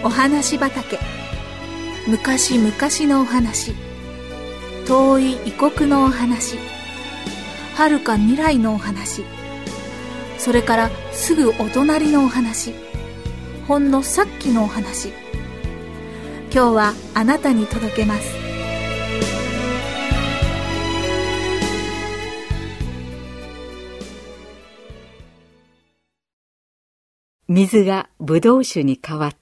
お話畑。昔々のお話、遠い異国のお話、遥か未来のお話、それからすぐお隣のお話、ほんのさっきのお話。今日はあなたに届けます。 水がブドウ酒に変わった。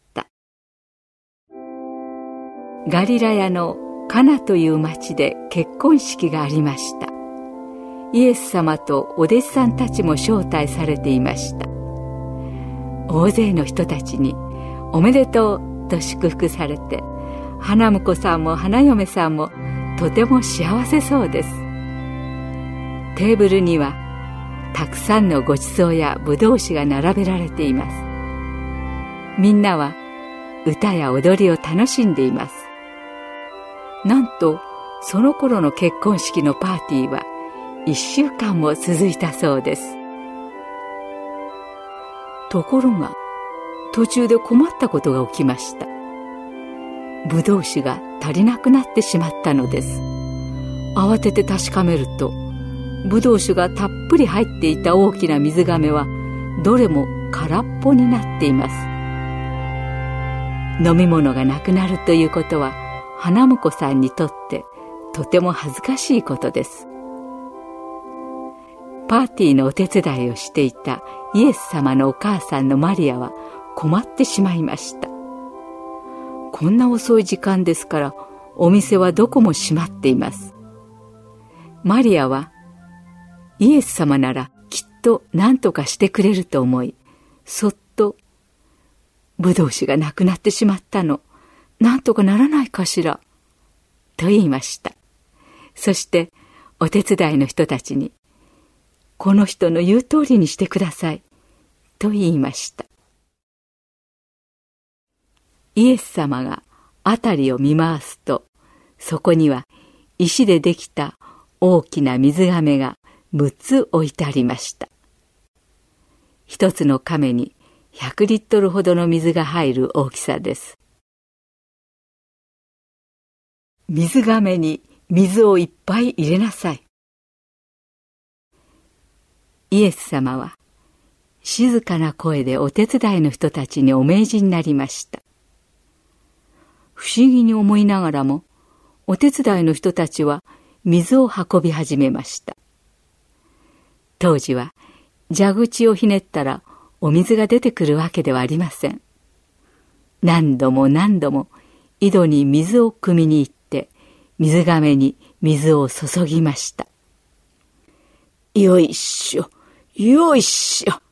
ガリラヤのカナという町で結婚式がありました。イエス様とお弟子さんたちも招待されていました。大勢の人たちにおめでとうと祝福されて、花婿さんも花嫁さんもとても幸せそうです。テーブルにはたくさんのごちそうやぶどう酒が並べられています。みんなは歌や踊りを楽しんでいます。なんとその頃の結婚式のパーティーは1週間も続いたそうです。ところが途中で困ったことが起きました。ぶどう酒が足りなくなってしまったのです。慌てて確かめると、ぶどう酒がたっぷり入っていた大きな水がめはどれも空っぽになっています。飲み物がなくなるということは花婿さんにとってとても恥ずかしいことです。パーティーのお手伝いをしていたイエス様のお母さんのマリアは困ってしまいました。こんな遅い時間ですからお店はどこも閉まっています。マリアはイエス様ならきっと何とかしてくれると思い、そっとぶどう酒がなくなってしまったの、なんとかならないかしらと言いました。そしてお手伝いの人たちに、この人の言う通りにしてくださいと言いました。イエス様が辺りを見回すと、そこには石でできた大きな水がめが6つ置いてありました。一つの亀に100リットルほどの水が入る大きさです。水がめに水をいっぱい入れなさい。イエス様は静かな声でお手伝いの人たちにお命じになりました。不思議に思いながらも、お手伝いの人たちは水を運び始めました。当時は蛇口をひねったらお水が出てくるわけではありません。何度も何度も井戸に水を汲みに行って水がめに水を注ぎました。よいしょ、よいしょ。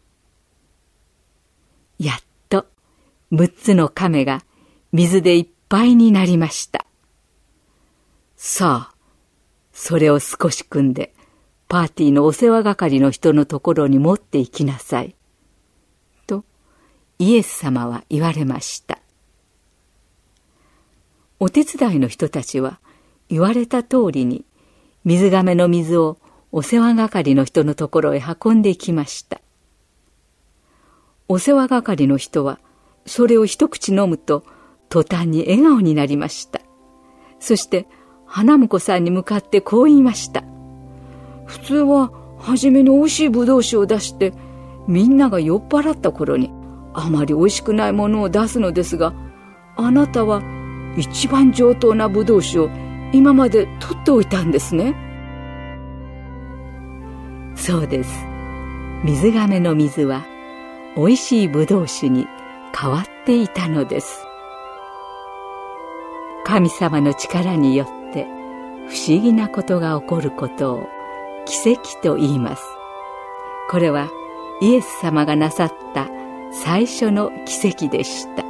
やっと6つの亀が水でいっぱいになりました。さあ、それを少し汲んでパーティーのお世話係の人のところに持って行きなさい。と、イエス様は言われました。お手伝いの人たちは言われた通りに水がめの水をお世話係の人のところへ運んでいきました。お世話係の人はそれを一口飲むと途端に笑顔になりました。そして花婿さんに向かってこう言いました。普通は初めに美味しいぶどう酒を出してみんなが酔っ払った頃にあまり美味しくないものを出すのですが、あなたは一番上等なぶどう酒を今まで取っておいたんですね。そうです。水がめの水は美味しいぶどう酒に変わっていたのです。神様の力によって不思議なことが起こることを奇跡と言います。これはイエス様がなさった最初の奇跡でした。